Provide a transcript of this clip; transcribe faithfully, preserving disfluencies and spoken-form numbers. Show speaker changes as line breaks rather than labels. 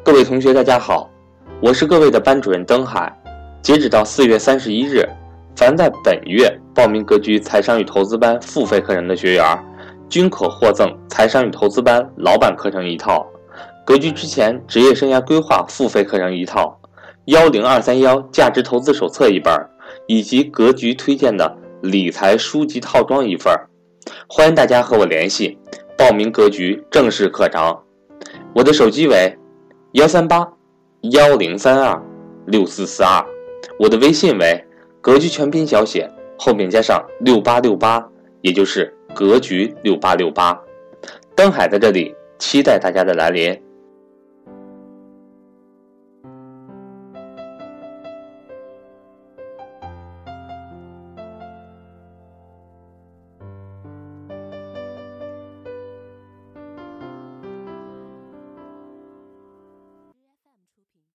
各位同学大家好，我是各位的班主任登海。截止到四月三十一日，凡在本月报名格局财商与投资班付费课程的学员，均可获赠财商与投资班老版课程一套，格局之前职业生涯规划付费课程一套，一零二三一价值投资手册一本，以及格局推荐的理财书籍套装一份。欢迎大家和我联系报名格局正式课程。我的手机为一三八一零三二六四四二，我的微信为格局全拼小写后面加上六八六八，也就是格局六八六八。登海在这里期待大家的来临。